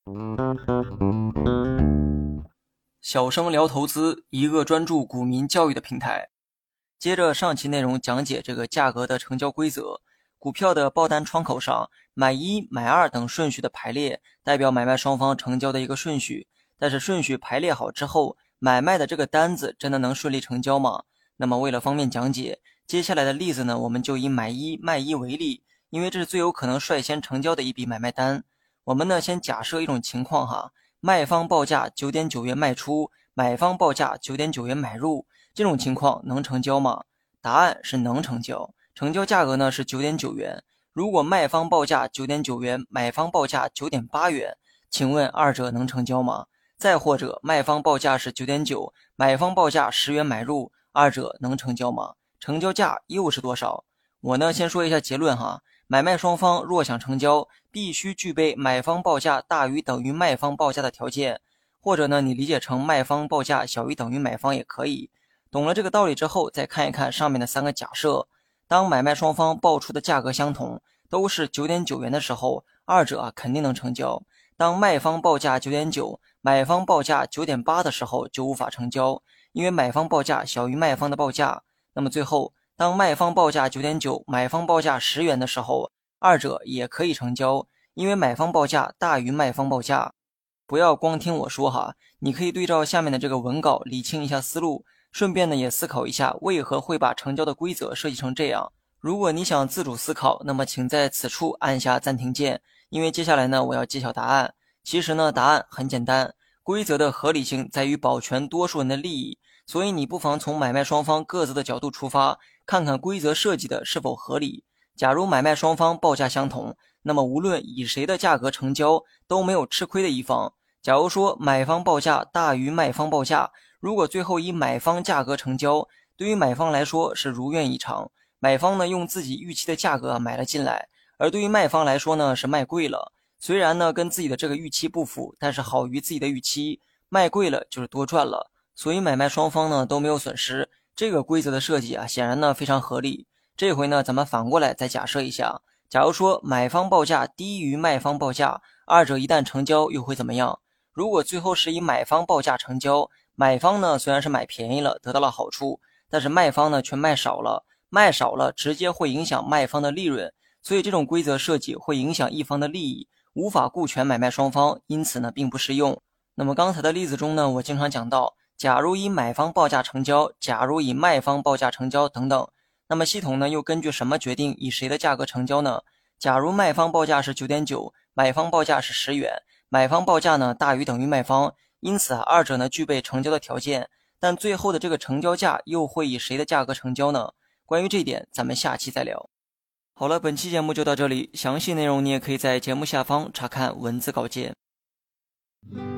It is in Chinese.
小生聊投资，一个专注股民教育的平台。接着上期内容讲解这个价格的成交规则，股票的报单窗口上买一、买二等顺序的排列，代表买卖双方成交的一个顺序。但是顺序排列好之后，买卖的这个单子真的能顺利成交吗？那么为了方便讲解，接下来的例子呢，我们就以买一卖一为例，因为这是最有可能率先成交的一笔买卖单。我们呢先假设一种情况哈，卖方报价 9.9 元卖出，买方报价 9.9 元买入，这种情况能成交吗？答案是能成交，成交价格呢是 9.9 元。如果卖方报价 9.9 元，买方报价 9.8 元，请问二者能成交吗？再或者卖方报价是 9.9， 买方报价10元买入，二者能成交吗？成交价又是多少？我呢先说一下结论哈，买卖双方若想成交，必须具备买方报价大于等于卖方报价的条件，或者呢你理解成卖方报价小于等于买方也可以。懂了这个道理之后，再看一看上面的3个假设。当买卖双方报出的价格相同，都是 9.9 元的时候，二者肯定能成交。当卖方报价 9.9， 买方报价 9.8 的时候就无法成交，因为买方报价小于卖方的报价。那么最后，当卖方报价 9.9， 买方报价10元的时候，二者也可以成交，因为买方报价大于卖方报价。不要光听我说哈，你可以对照下面的这个文稿理清一下思路，顺便呢也思考一下为何会把成交的规则设计成这样。如果你想自主思考，那么请在此处按下暂停键，因为接下来呢我要揭晓答案。其实呢答案很简单，规则的合理性在于保全多数人的利益，所以你不妨从买卖双方各自的角度出发，看看规则设计的是否合理。假如买卖双方报价相同，那么无论以谁的价格成交，都没有吃亏的一方。假如说买方报价大于卖方报价，如果最后以买方价格成交，对于买方来说是如愿以偿，买方呢用自己预期的价格买了进来，而对于卖方来说呢是卖贵了。虽然呢跟自己的这个预期不符，但是好于自己的预期，卖贵了就是多赚了，所以买卖双方呢都没有损失。这个规则的设计显然呢非常合理。这回呢咱们反过来再假设一下，假如说买方报价低于卖方报价，二者一旦成交又会怎么样？如果最后是以买方报价成交，买方呢虽然是买便宜了，得到了好处，但是卖方呢却卖少了，卖少了直接会影响卖方的利润，所以这种规则设计会影响一方的利益，无法顾全买卖双方，因此呢并不适用。那么刚才的例子中呢，我经常讲到，假如以买方报价成交，假如以卖方报价成交等等，那么系统呢又根据什么决定以谁的价格成交呢？假如卖方报价是 9.9， 买方报价是10元，买方报价呢大于等于卖方，因此二者呢具备成交的条件，但最后的这个成交价又会以谁的价格成交呢？关于这点咱们下期再聊。好了，本期节目就到这里，详细内容你也可以在节目下方查看文字稿件。